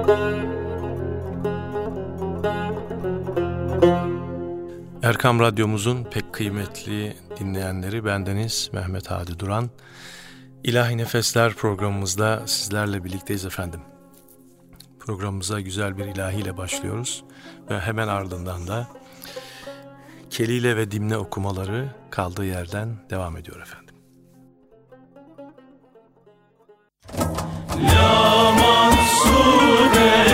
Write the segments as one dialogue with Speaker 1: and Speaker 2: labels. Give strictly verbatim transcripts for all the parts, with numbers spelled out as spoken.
Speaker 1: Erkam Radyomuzun pek kıymetli dinleyenleri, bendeniz Mehmet Hadi Duran. İlahi Nefesler programımızda sizlerle birlikteyiz efendim. Programımıza güzel bir ilahiyle başlıyoruz ve hemen ardından da Kelile ve Dimne okumaları kaldığı yerden devam ediyor efendim.
Speaker 2: La mansude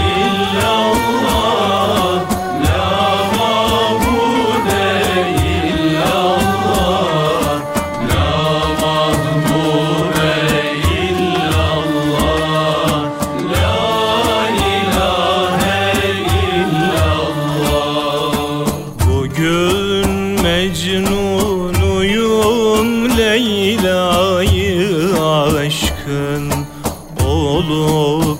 Speaker 2: illallah, la mabude illallah, la mahmure illallah, la ilahe illallah. Bugün Mecnunuyum, Leyla'yı aşkın olup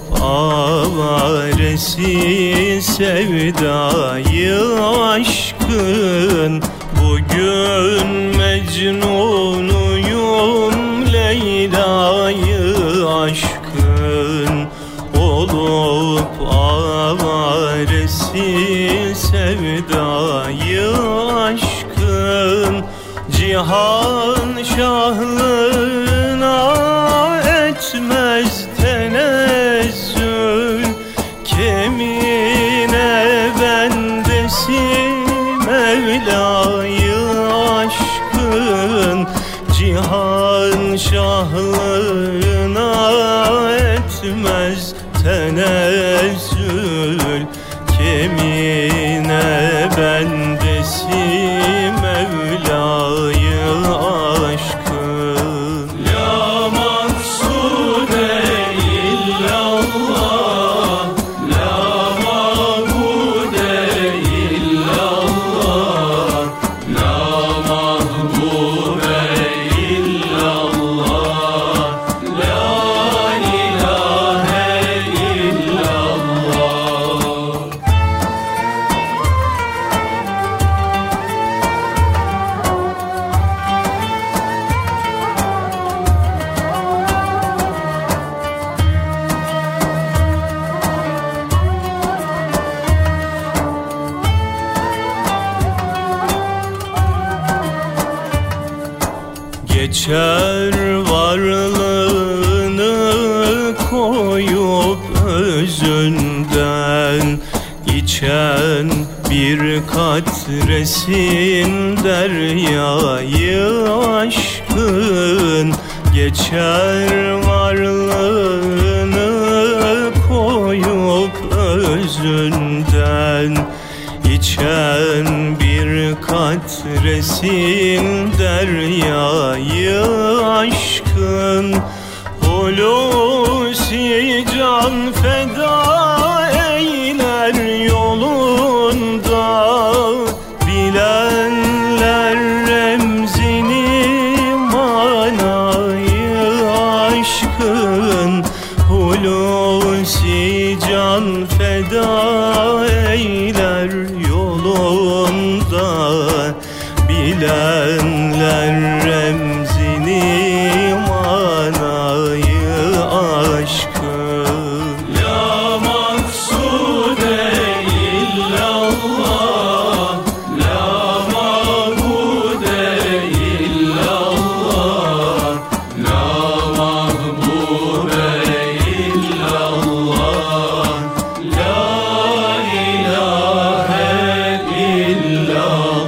Speaker 2: avaresi, sevdayı aşkın. Bugün Mecnunuyum, Leyla'yı aşkın olup avaresi, sevdayı aşkın. Cihan şahlığına etmez tenezzül, kemine bendesi Mevla'yı aşkın. Cihan şahlığına etmez tenezzül, kemine bendesi Mevla'yı aşkın. La mansude illallah, la mabude illallah, la mahbube illallah, la ilahe illallah. Geçer varlığını koyup özünden, içen bir katresin deryayı aşkın. Geçer varlığını koyup özünden, içen bir katresin deryayı aşkın. Hulusi can feda eyler yolunda, bilenler remzini manayı aşkın. Hulusi can feda eyler yolunda, bilenler remzini manayı aşkın. La mansude illallah, la mabude illallah, la mahbube illallah, la ilahe illallah.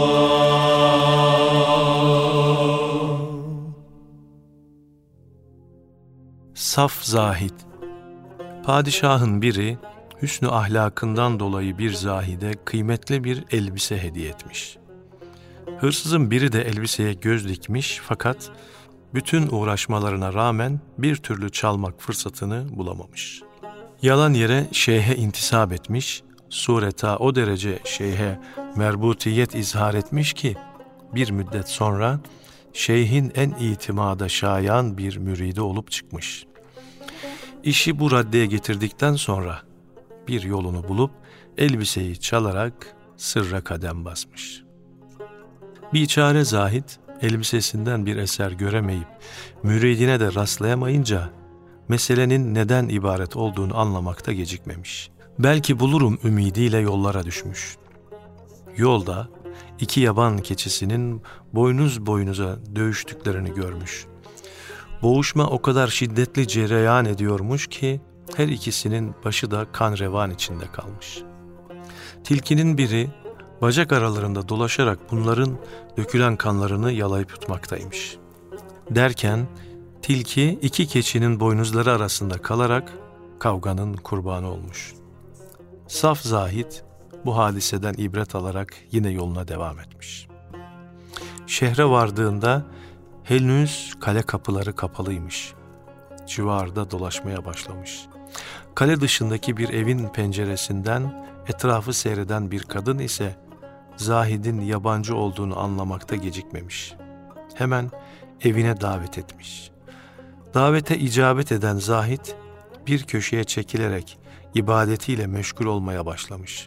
Speaker 1: Saf zahid. Padişahın biri hüsnü ahlakından dolayı bir zahide kıymetli bir elbise hediye etmiş. Hırsızın biri de elbiseye göz dikmiş fakat bütün uğraşmalarına rağmen bir türlü çalmak fırsatını bulamamış. Yalan yere şeyhe intisap etmiş, sureta o derece şeyhe merbutiyet izhar etmiş ki bir müddet sonra şeyhin en itimada şayan bir müridi olup çıkmış. İşi bu raddeye getirdikten sonra bir yolunu bulup elbiseyi çalarak sırra kadem basmış. Biçare zahid elbisesinden bir eser göremeyip müridine de rastlayamayınca meselenin neden ibaret olduğunu anlamakta gecikmemiş. Belki bulurum ümidiyle yollara düşmüş. Yolda iki yaban keçisinin boynuz boynuza dövüştüklerini görmüş. Boğuşma o kadar şiddetli cereyan ediyormuş ki her ikisinin başı da kan revan içinde kalmış. Tilkinin biri bacak aralarında dolaşarak bunların dökülen kanlarını yalayıp yutmaktaymış. Derken tilki iki keçinin boynuzları arasında kalarak kavganın kurbanı olmuş. Saf zahit bu hadiseden ibret alarak yine yoluna devam etmiş. Şehre vardığında henüz kale kapıları kapalıymış. Civarda dolaşmaya başlamış. Kale dışındaki bir evin penceresinden etrafı seyreden bir kadın ise Zahid'in yabancı olduğunu anlamakta gecikmemiş. Hemen evine davet etmiş. Davete icabet eden Zahid bir köşeye çekilerek ibadetiyle meşgul olmaya başlamış.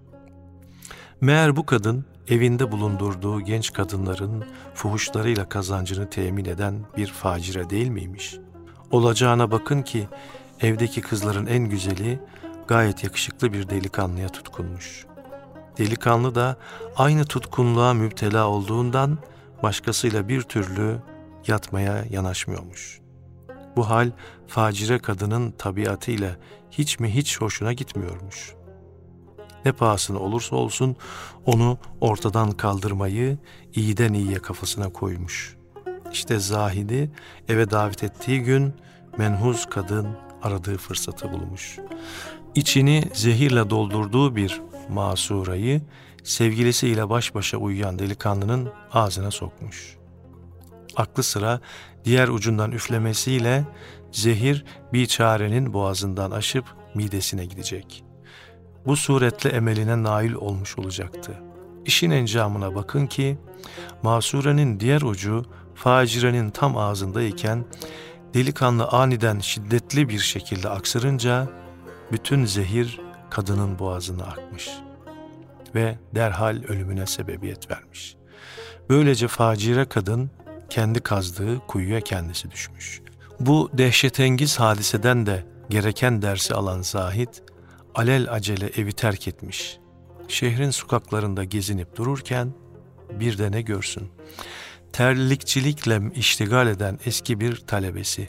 Speaker 1: Meğer bu kadın evinde bulundurduğu genç kadınların fuhuşlarıyla kazancını temin eden bir facire değil miymiş? Olacağına bakın ki evdeki kızların en güzeli gayet yakışıklı bir delikanlıya tutkunmuş. Delikanlı da aynı tutkunluğa müptela olduğundan başkasıyla bir türlü yatmaya yanaşmıyormuş. Bu hal facire kadının tabiatıyla hiç mi hiç hoşuna gitmiyormuş. Ne pahasına olursa olsun onu ortadan kaldırmayı iyiden iyiye kafasına koymuş. İşte Zahid'i eve davet ettiği gün menhuz kadın aradığı fırsatı bulmuş. İçini zehirle doldurduğu bir masurayı sevgilisiyle baş başa uyuyan delikanlının ağzına sokmuş. Aklı sıra diğer ucundan üflemesiyle zehir biçarenin boğazından aşıp midesine gidecek. Bu suretle emeline nail olmuş olacaktı. İşin encamına bakın ki masurenin diğer ucu facirenin tam ağzındayken delikanlı aniden şiddetli bir şekilde aksırınca bütün zehir kadının boğazına akmış ve derhal ölümüne sebebiyet vermiş. Böylece facire kadın kendi kazdığı kuyuya kendisi düşmüş. Bu dehşetengiz hadiseden de gereken dersi alan Zahid alel acele evi terk etmiş. Şehrin sokaklarında gezinip dururken bir de ne görsün? Terlikçilikle iştigal eden eski bir talebesi.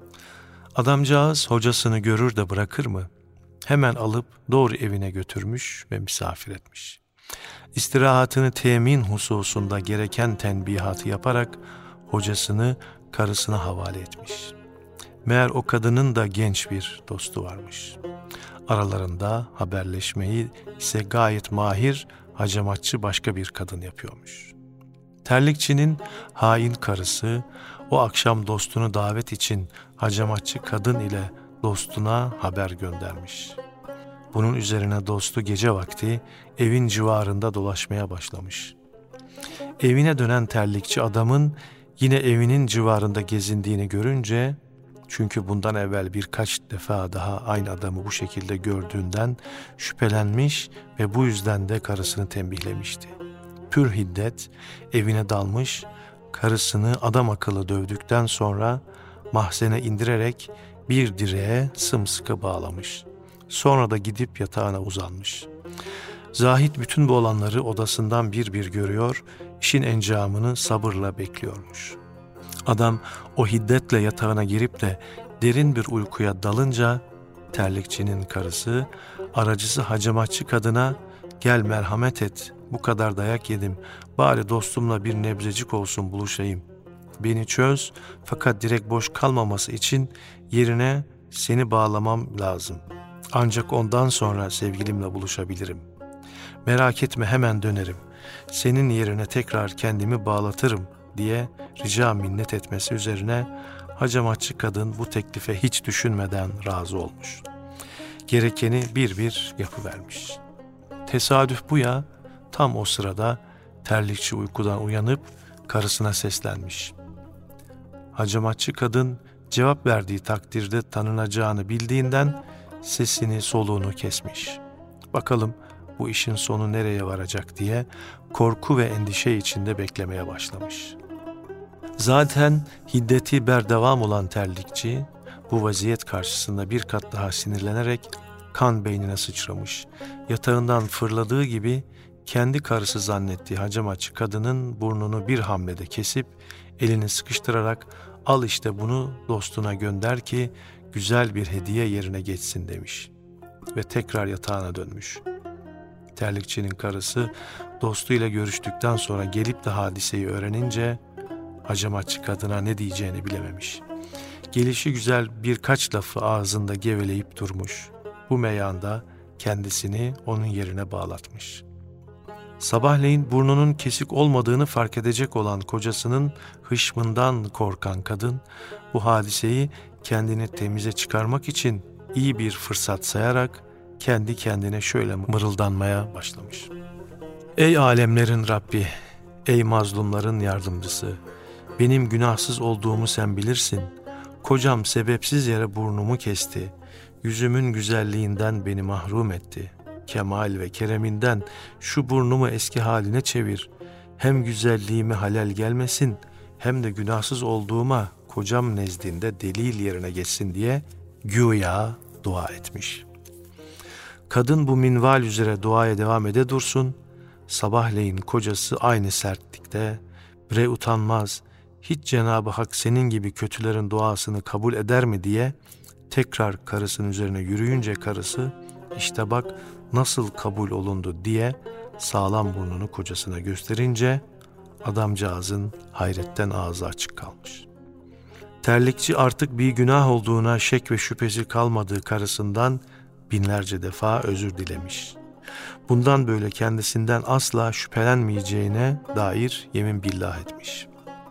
Speaker 1: Adamcağız hocasını görür de bırakır mı? Hemen alıp doğru evine götürmüş ve misafir etmiş. İstirahatını temin hususunda gereken tenbihatı yaparak hocasını karısına havale etmiş. Meğer o kadının da genç bir dostu varmış. Aralarında haberleşmeyi ise gayet mahir hacamatçı başka bir kadın yapıyormuş. Terlikçinin hain karısı o akşam dostunu davet için hacamatçı kadın ile dostuna haber göndermiş. Bunun üzerine dostu gece vakti evin civarında dolaşmaya başlamış. Evine dönen terlikçi adamın yine evinin civarında gezindiğini görünce, çünkü bundan evvel birkaç defa daha aynı adamı bu şekilde gördüğünden şüphelenmiş ve bu yüzden de karısını tembihlemişti. Pür hiddet evine dalmış, karısını adam akıllı dövdükten sonra mahzene indirerek bir direğe sımsıkı bağlamış. Sonra da gidip yatağına uzanmış. Zahid bütün bu olanları odasından bir bir görüyor, işin encamını sabırla bekliyormuş. Adam o hiddetle yatağına girip de derin bir uykuya dalınca terlikçinin karısı aracısı hacamatçı kadına "Gel merhamet et, bu kadar dayak yedim, bari dostumla bir nebzecik olsun buluşayım. Beni çöz, fakat direkt boş kalmaması için yerine seni bağlamam lazım. Ancak ondan sonra sevgilimle buluşabilirim. Merak etme, hemen dönerim. Senin yerine tekrar kendimi bağlatırım" diye rica minnet etmesi üzerine hacamatçı kadın bu teklife hiç düşünmeden razı olmuş. Gerekeni bir bir yapıvermiş. Tesadüf bu ya, tam o sırada terlikçi uykudan uyanıp karısına seslenmiş. Hacamatçı kadın cevap verdiği takdirde tanınacağını bildiğinden sesini soluğunu kesmiş. Bakalım bu işin sonu nereye varacak diye korku ve endişe içinde beklemeye başlamış. Zaten hiddeti berdevam olan terlikçi bu vaziyet karşısında bir kat daha sinirlenerek kan beynine sıçramış. Yatağından fırladığı gibi kendi karısı zannettiği hacamatçı kadının burnunu bir hamlede kesip elini sıkıştırarak "Al işte bunu dostuna gönder ki güzel bir hediye yerine geçsin" demiş ve tekrar yatağına dönmüş. Terlikçinin karısı dostuyla görüştükten sonra gelip de hadiseyi öğrenince hacamatçı kadına ne diyeceğini bilememiş. Gelişi güzel birkaç lafı ağzında geveleyip durmuş. Bu meyanda kendisini onun yerine bağlatmış. Sabahleyin burnunun kesik olmadığını fark edecek olan kocasının hışmından korkan kadın, bu hadiseyi kendini temize çıkarmak için iyi bir fırsat sayarak kendi kendine şöyle mırıldanmaya başlamış. Ey alemlerin Rabbi, ey mazlumların yardımcısı, benim günahsız olduğumu sen bilirsin. Kocam sebepsiz yere burnumu kesti. Yüzümün güzelliğinden beni mahrum etti. Kemal ve kereminden şu burnumu eski haline çevir. Hem güzelliğime halel gelmesin, hem de günahsız olduğuma kocam nezdinde delil yerine geçsin diye güya dua etmiş. Kadın bu minval üzere duaya devam ede dursun, sabahleyin kocası aynı sertlikte, bre utanmaz, hiç Cenab-ı Hak senin gibi kötülerin duasını kabul eder mi diye tekrar karısının üzerine yürüyünce karısı, işte bak nasıl kabul olundu diye sağlam burnunu kocasına gösterince adamcağızın hayretten ağzı açık kalmış. Terlikçi artık bir günah olduğuna şek ve şüphesi kalmadığı karısından binlerce defa özür dilemiş. Bundan böyle kendisinden asla şüphelenmeyeceğine dair yemin billah etmiş.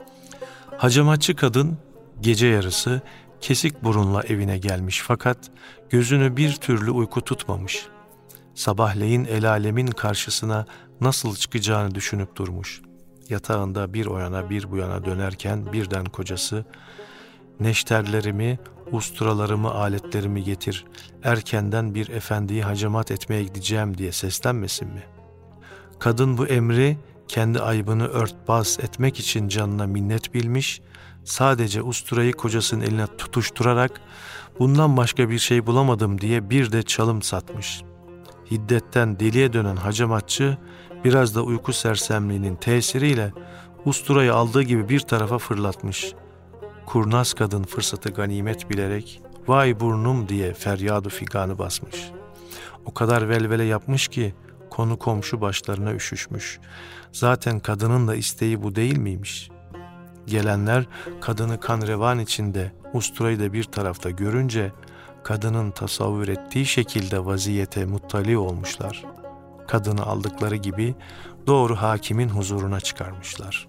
Speaker 1: Hacamatçı kadın gece yarısı kesik burunla evine gelmiş fakat gözünü bir türlü uyku tutmamış. Sabahleyin el alemin karşısına nasıl çıkacağını düşünüp durmuş. Yatağında bir o yana bir bu yana dönerken birden kocası, neşterlerimi, usturalarımı, aletlerimi getir, erkenden bir efendiyi hacamat etmeye gideceğim diye seslenmesin mi? Kadın bu emri kendi ayıbını örtbas etmek için canına minnet bilmiş, sadece usturayı kocasının eline tutuşturarak bundan başka bir şey bulamadım diye bir de çalım satmış. Hiddetten deliye dönen hacamatçı biraz da uyku sersemliğinin tesiriyle usturayı aldığı gibi bir tarafa fırlatmış. Kurnaz kadın fırsatı ganimet bilerek vay burnum diye feryadu figanı basmış. O kadar velvele yapmış ki konu komşu başlarına üşüşmüş. Zaten kadının da isteği bu değil miymiş? Gelenler kadını kan revan içinde usturayı da bir tarafta görünce kadının tasavvur ettiği şekilde vaziyete muttali olmuşlar. Kadını aldıkları gibi doğru hakimin huzuruna çıkarmışlar.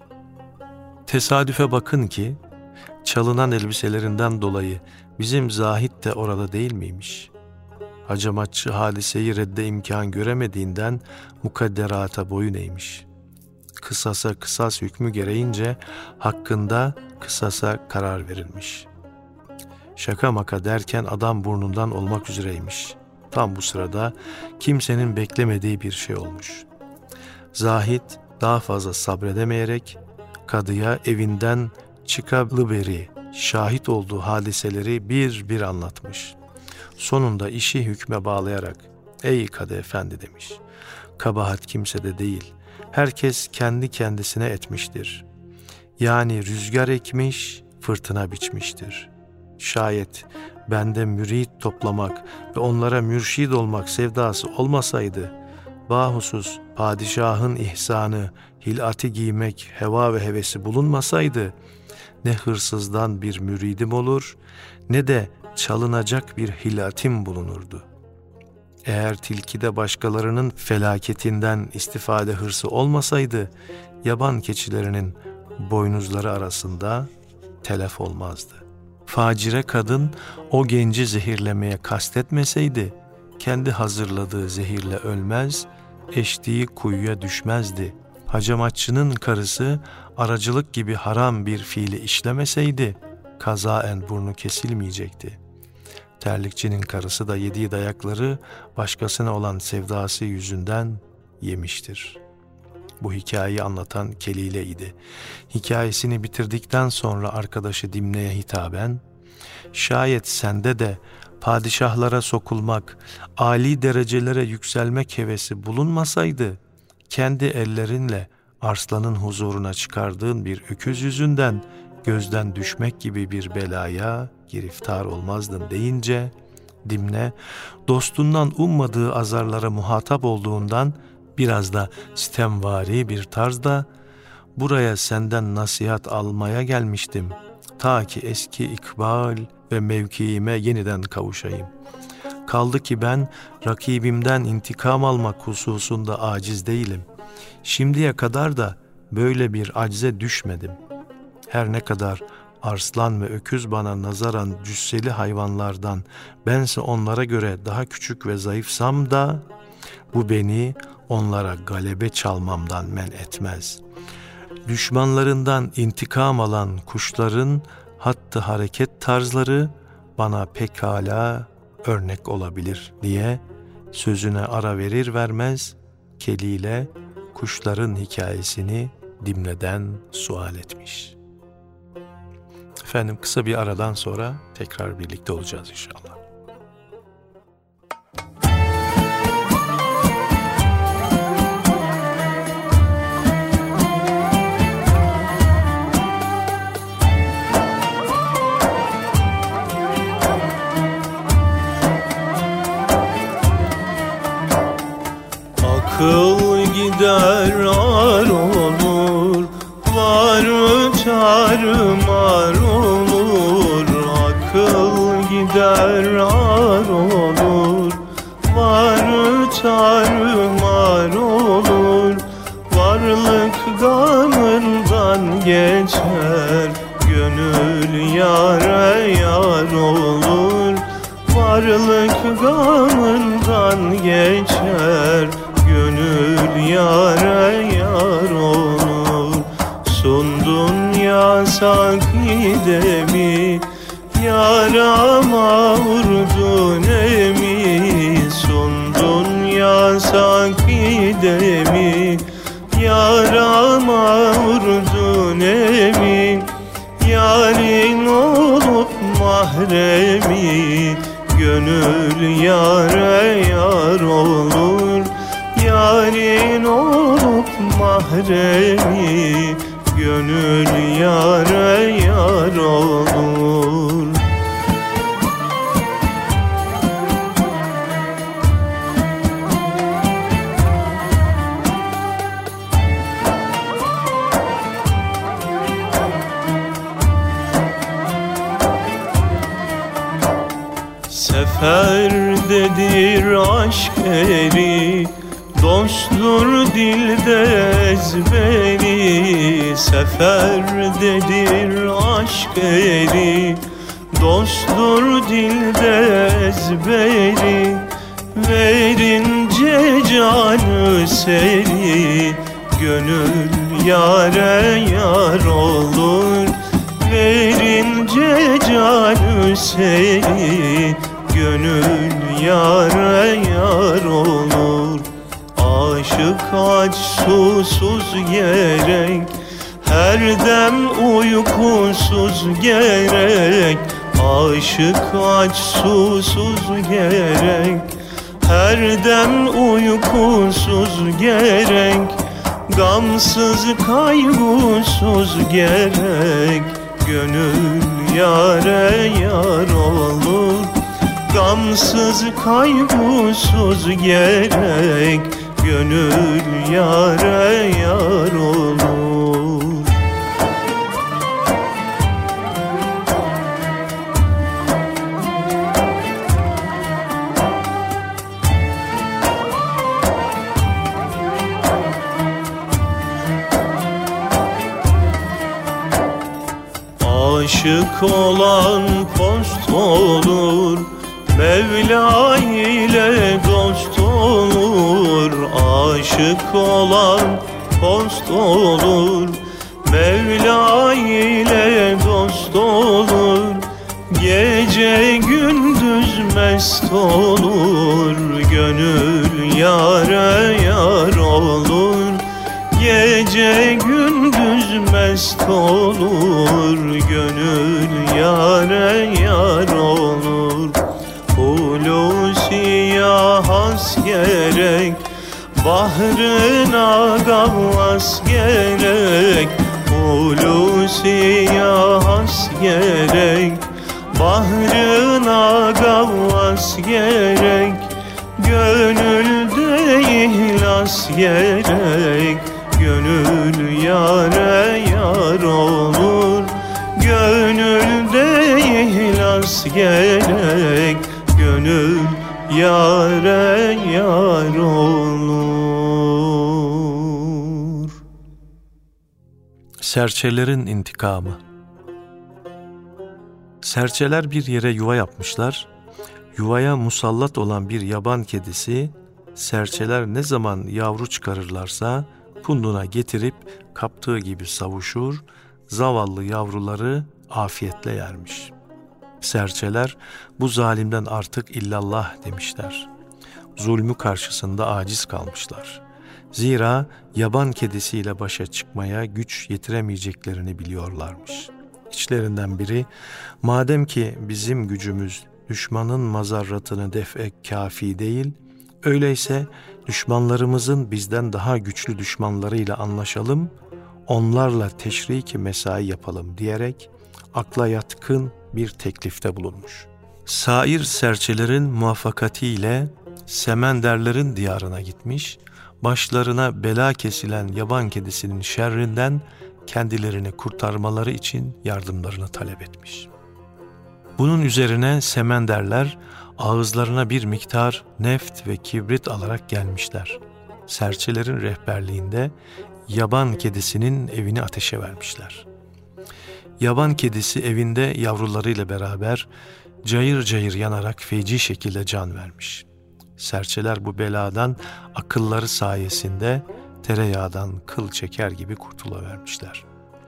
Speaker 1: Tesadüfe bakın ki çalınan elbiselerinden dolayı bizim Zahid de orada değil miymiş? Hacamatçı hadiseyi redde imkan göremediğinden mukadderata boyun eğmiş. Kısasa kısas hükmü gereğince hakkında kısasa karar verilmiş. Şaka maka derken adam burnundan olmak üzereymiş. Tam bu sırada kimsenin beklemediği bir şey olmuş. Zahid daha fazla sabredemeyerek kadıya evinden çıkalıberi şahit olduğu hadiseleri bir bir anlatmış. Sonunda işi hükme bağlayarak "Ey kadı efendi" demiş. "Kabahat kimsede değil. Herkes kendi kendisine etmiştir. Yani rüzgar ekmiş, fırtına biçmiştir. Şayet bende mürit toplamak ve onlara mürşid olmak sevdası olmasaydı, bahusus padişahın ihsanı, hilati giymek, heva ve hevesi bulunmasaydı, ne hırsızdan bir müridim olur, ne de çalınacak bir hilatim bulunurdu. Eğer tilkide başkalarının felaketinden istifade hırsı olmasaydı, yaban keçilerinin boynuzları arasında telef olmazdı. Facire kadın o genci zehirlemeye kastetmeseydi, kendi hazırladığı zehirle ölmez, eştiği kuyuya düşmezdi. Hacamatçının karısı aracılık gibi haram bir fiili işlemeseydi, kazaen burnu kesilmeyecekti. Terlikçinin karısı da yediği dayakları başkasına olan sevdası yüzünden yemiştir. Bu hikayeyi anlatan Kelile idi. Hikayesini bitirdikten sonra arkadaşı Dimne'ye hitaben, Şayet sende de padişahlara sokulmak, âli derecelere yükselmek hevesi bulunmasaydı, kendi ellerinle arslanın huzuruna çıkardığın bir öküz yüzünden gözden düşmek gibi bir belaya giriftar olmazdın deyince, Dimne, dostundan ummadığı azarlara muhatap olduğundan biraz da sitemvari bir tarzda, buraya senden nasihat almaya gelmiştim, ta ki eski ikbal ve mevkiime yeniden kavuşayım. Kaldı ki ben rakibimden intikam almak hususunda aciz değilim. Şimdiye kadar da böyle bir acize düşmedim. Her ne kadar arslan ve öküz bana nazaran cüsseli hayvanlardan, bense onlara göre daha küçük ve zayıfsam da, bu beni onlara galebe çalmamdan men etmez. Düşmanlarından intikam alan kuşların hattı hareket tarzları bana pekala örnek olabilir diye sözüne ara verir vermez keliyle kuşların hikayesini Dimne'den sual etmiş. Efendim, kısa bir aradan sonra tekrar birlikte olacağız inşallah.
Speaker 2: Akıl gider ar olur, var tarmar olur. Akıl gider ar olur, var tarmar olur. Varlık gamından geçer, gönül yâre yar olur. Varlık gamından geçer, gönül yâre yar olur. Sundun ya sakidemi, yarama vurdun emi. Sundun ya sakidemi, yarama vurdun emi. Yarın olup mahremi, gönül yâre yar olur. Yarın olup mahremi, gönül yâre yar olur. Seferdedir aşk eri, dosttur dilde ezberi. Seferdedir aşk eri, dosttur dilde ezberi. Verince canı seri, gönül yâre yar olur. Verince canı seri, gönül yâre yar olur. Aşık aç susuz gerek, her dem uykusuz gerek. Aşık aç susuz gerek, her dem uykusuz gerek. Gamsız kaygısız gerek, gönül yâre yar olur. Gamsız kaygısız gerek, gönül yâre yar olur. Aşık olan post olur, Mevla ile dost olur. Aşık olan post olur, Mevla ile dost olur. Gece gündüz mest olur, gönül yâre yar olur. Gece gündüz mest olur, gönül yâre yar gerek, bahrına gavvas gerek, Hulusiye has gerek, bahrına gavvas gerek, gönülde ihlas gerek, gönül yâre yar olur, gönülde ihlas gerek, gönül yâre yar olur.
Speaker 1: Serçelerin intikamı. Serçeler bir yere yuva yapmışlar. Yuvaya musallat olan bir yaban kedisi, serçeler ne zaman yavru çıkarırlarsa punduna getirip kaptığı gibi savuşur, zavallı yavruları afiyetle yermiş. Serçeler bu zalimden artık illallah demişler. Zulmü karşısında aciz kalmışlar. Zira yaban kedisiyle başa çıkmaya güç yetiremeyeceklerini biliyorlarmış. İçlerinden biri, madem ki bizim gücümüz düşmanın mazarratını def'e kafi değil, öyleyse düşmanlarımızın bizden daha güçlü düşmanlarıyla anlaşalım, onlarla teşriki mesai yapalım diyerek akla yatkın bir teklifte bulunmuş. Sair serçelerin muvaffakatiyle Semenderlerin diyarına gitmiş, başlarına bela kesilen yaban kedisinin şerrinden kendilerini kurtarmaları için yardımlarını talep etmiş. Bunun üzerine Semenderler ağızlarına bir miktar neft ve kibrit alarak gelmişler. Serçelerin rehberliğinde yaban kedisinin evini ateşe vermişler. Yaban kedisi evinde yavrularıyla beraber cayır cayır yanarak feci şekilde can vermiş. Serçeler bu beladan akılları sayesinde tereyağdan kıl çeker gibi kurtuluvermişler.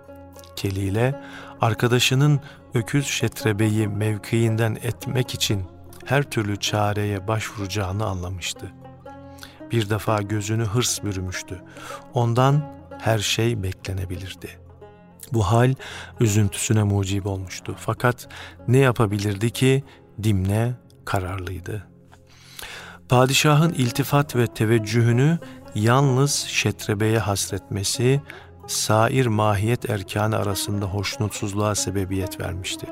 Speaker 1: Kelile arkadaşının öküz şetrebeyi mevkiinden etmek için her türlü çareye başvuracağını anlamıştı. Bir defa gözünü hırs bürümüştü. Ondan her şey beklenebilirdi. Bu hal üzüntüsüne mucib olmuştu. Fakat ne yapabilirdi ki? Dimne kararlıydı. Padişahın iltifat ve teveccühünü yalnız şetrebeye hasretmesi, sair mahiyet erkanı arasında hoşnutsuzluğa sebebiyet vermişti.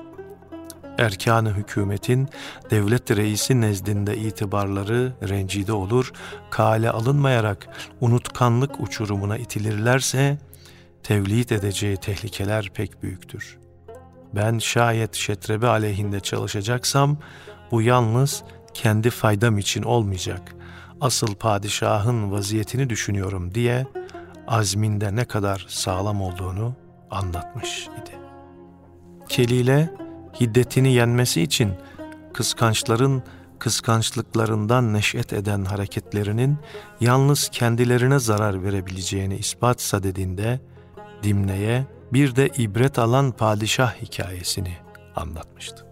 Speaker 1: Erkan-ı hükümetin devlet reisi nezdinde itibarları rencide olur, kale alınmayarak unutkanlık uçurumuna itilirlerse, tevlid edeceği tehlikeler pek büyüktür. Ben şayet şetrebe aleyhinde çalışacaksam, bu yalnız kendi faydam için olmayacak, asıl padişahın vaziyetini düşünüyorum diye azminde ne kadar sağlam olduğunu anlatmış idi. Kelile, hiddetini yenmesi için kıskançların kıskançlıklarından neş'et eden hareketlerinin yalnız kendilerine zarar verebileceğini ispat sadedinde Dimne'ye bir de ibret alan padişah hikayesini anlatmıştı.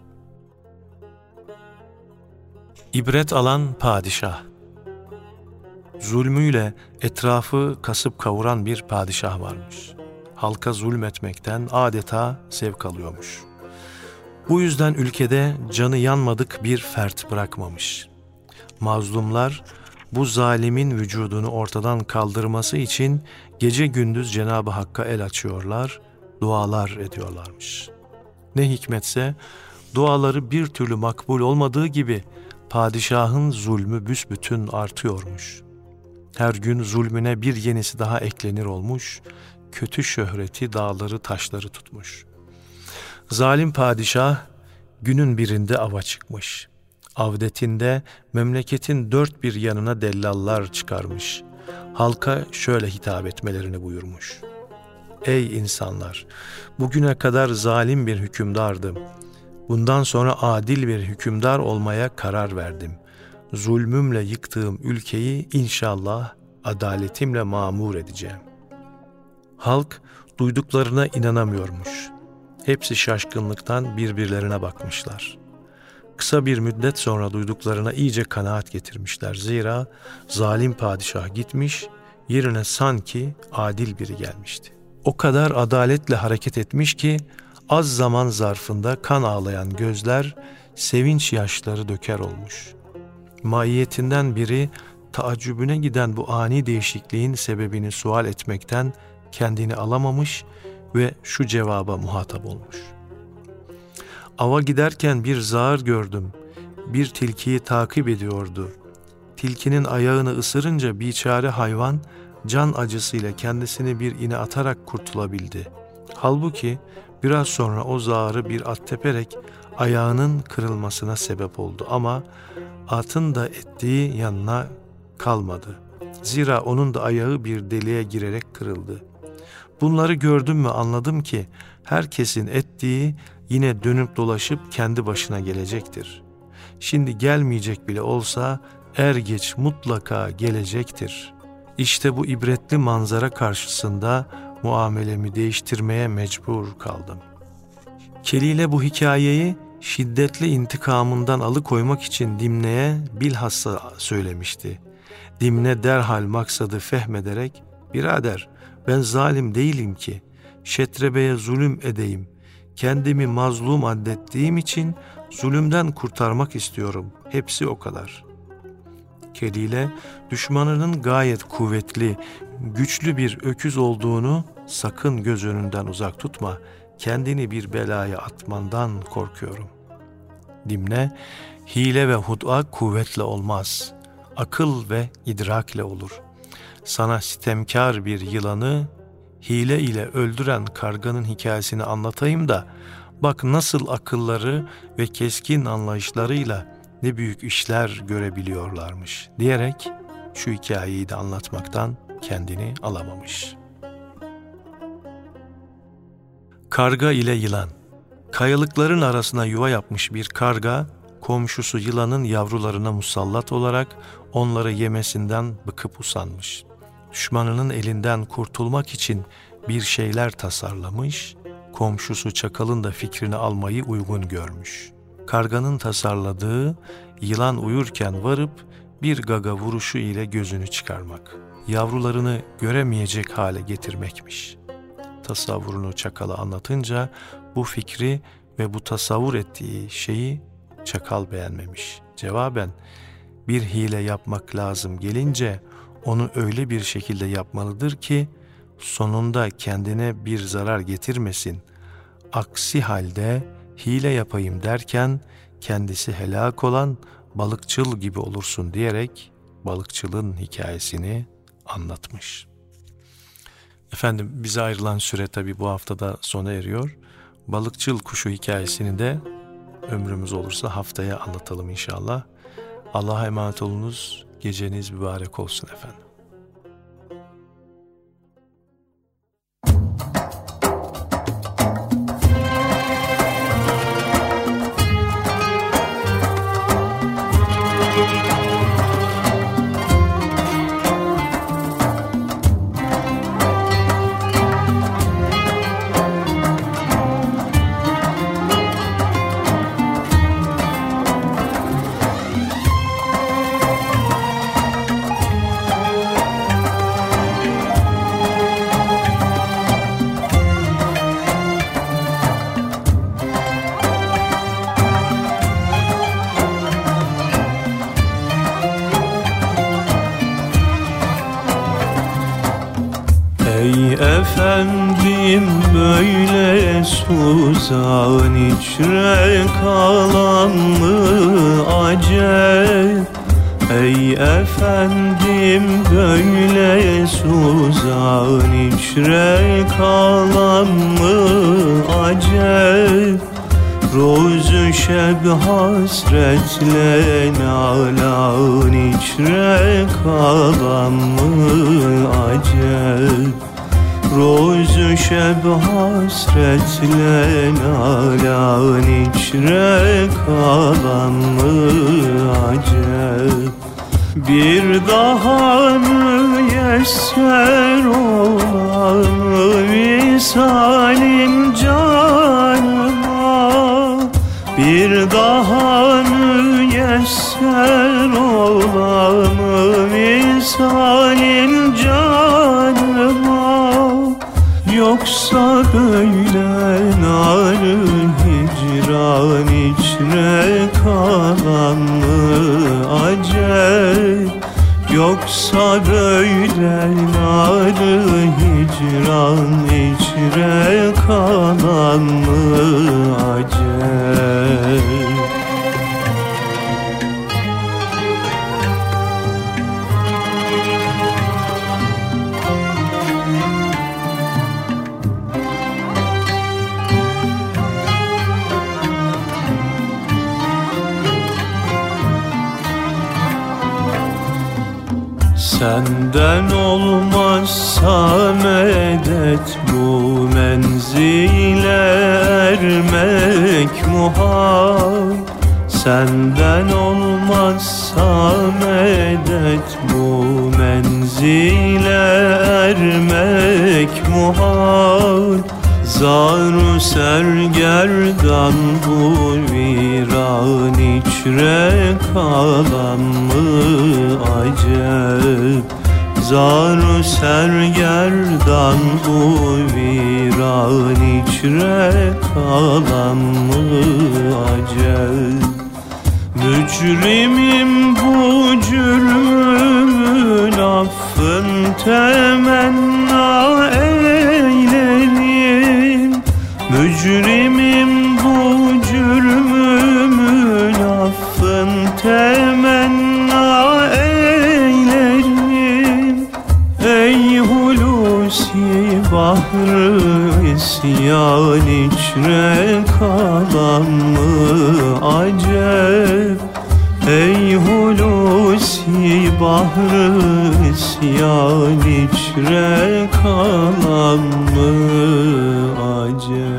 Speaker 1: İbret alan padişah. Zulmüyle etrafı kasıp kavuran bir padişah varmış. Halka zulmetmekten adeta zevk alıyormuş. Bu yüzden ülkede canı yanmadık bir fert bırakmamış. Mazlumlar bu zalimin vücudunu ortadan kaldırması için gece gündüz Cenab-ı Hakk'a el açıyorlar, dualar ediyorlarmış. Ne hikmetse duaları bir türlü makbul olmadığı gibi padişahın zulmü büsbütün artıyormuş. Her gün zulmüne bir yenisi daha eklenir olmuş, kötü şöhreti dağları taşları tutmuş. Zalim padişah günün birinde ava çıkmış. Avdetinde memleketin dört bir yanına dellallar çıkarmış. Halka şöyle hitap etmelerini buyurmuş. Ey insanlar! Bugüne kadar zalim bir hükümdardım. Bundan sonra adil bir hükümdar olmaya karar verdim. Zulmümle yıktığım ülkeyi inşallah adaletimle mamur edeceğim. Halk duyduklarına inanamıyormuş. Hepsi şaşkınlıktan birbirlerine bakmışlar. Kısa bir müddet sonra duyduklarına iyice kanaat getirmişler. Zira zalim padişah gitmiş, yerine sanki adil biri gelmişti. O kadar adaletle hareket etmiş ki az zaman zarfında kan ağlayan gözler sevinç yaşları döker olmuş. Maiyetinden biri taaccübüne giden bu ani değişikliğin sebebini sual etmekten kendini alamamış ve şu cevaba muhatap olmuş. Ava giderken bir zağır gördüm. Bir tilkiyi takip ediyordu. Tilkinin ayağını ısırınca biçare hayvan can acısıyla kendisini bir ine atarak kurtulabildi. Halbuki biraz sonra o zağırı bir at teperek ayağının kırılmasına sebep oldu ama atın da ettiği yanına kalmadı. Zira onun da ayağı bir deliğe girerek kırıldı. Bunları gördüm mü anladım ki herkesin ettiği yine dönüp dolaşıp kendi başına gelecektir. Şimdi gelmeyecek bile olsa er geç mutlaka gelecektir. İşte bu ibretli manzara karşısında muamelemi değiştirmeye mecbur kaldım. Kelile bu hikayeyi şiddetli intikamından alıkoymak için Dimne'ye bilhassa söylemişti. Dimne derhal maksadı fehmederek, "Birader, ben zalim değilim ki, Şetrebe'ye zulüm edeyim. Kendimi mazlum addettiğim için zulümden kurtarmak istiyorum. Hepsi o kadar." Kelile, düşmanının gayet kuvvetli, güçlü bir öküz olduğunu sakın göz önünden uzak tutma. Kendini bir belaya atmandan korkuyorum. Dimne, hile ve hud'a kuvvetle olmaz. Akıl ve idrakle olur. Sana sitemkar bir yılanı hile ile öldüren karganın hikayesini anlatayım da bak nasıl akılları ve keskin anlayışlarıyla ne büyük işler görebiliyorlarmış diyerek şu hikayeyi de anlatmaktan kendini alamamış. Karga ile yılan. Kayalıkların arasına yuva yapmış bir karga, komşusu yılanın yavrularına musallat olarak onları yemesinden bıkıp usanmış. Düşmanının elinden kurtulmak için bir şeyler tasarlamış, komşusu çakalın da fikrini almayı uygun görmüş. Karganın tasarladığı, yılan uyurken varıp bir gaga vuruşu ile gözünü çıkarmak, yavrularını göremeyecek hale getirmekmiş. Tasavvurunu çakala anlatınca bu fikri ve bu tasavvur ettiği şeyi çakal beğenmemiş. Cevaben, bir hile yapmak lazım gelince onu öyle bir şekilde yapmalıdır ki sonunda kendine bir zarar getirmesin. Aksi halde hile yapayım derken kendisi helak olan balıkçıl gibi olursun diyerek balıkçılın hikayesini anlatmış. Efendim, bize ayrılan süre tabii bu haftada sona eriyor. Balıkçıl kuşu hikayesini de ömrümüz olursa haftaya anlatalım inşallah. Allah'a emanet olunuz. Geceniz mübarek olsun efendim. Ey efendim, böyle suzan içre kalan mı acep? Ey efendim, böyle suzan içre kalan mı acep? Roz-u şeb hasretle nalan içre kalan mı acep? Roz-u şeb hasretle nalan içre kalan mı acep? Bir daha müyesser olan visalim canıma, bir daha müyesser olan visalim canıma, yoksa böyle nar-ı hicran içre kalan mı acep?
Speaker 2: Yoksa böyle narı hicran içre kalan mı acep? Senden olmazsa medet bu menzile ermek muhal. Senden olmazsa medet bu menzile ermek muhal. Zar-ı sergerdan bu viran içre kalan mı acep? Zar-ı sergerdan bu viran içre kalan mı acep? Mücrimim bu cürmümün affın temenna eylerim. Mücrimim bu cürmümün affın temenna eylerim. Ey Hulusi bahrı isyan içre kalan mı acep? Ey Hulusi bahrı isyan içre kalan mı acep?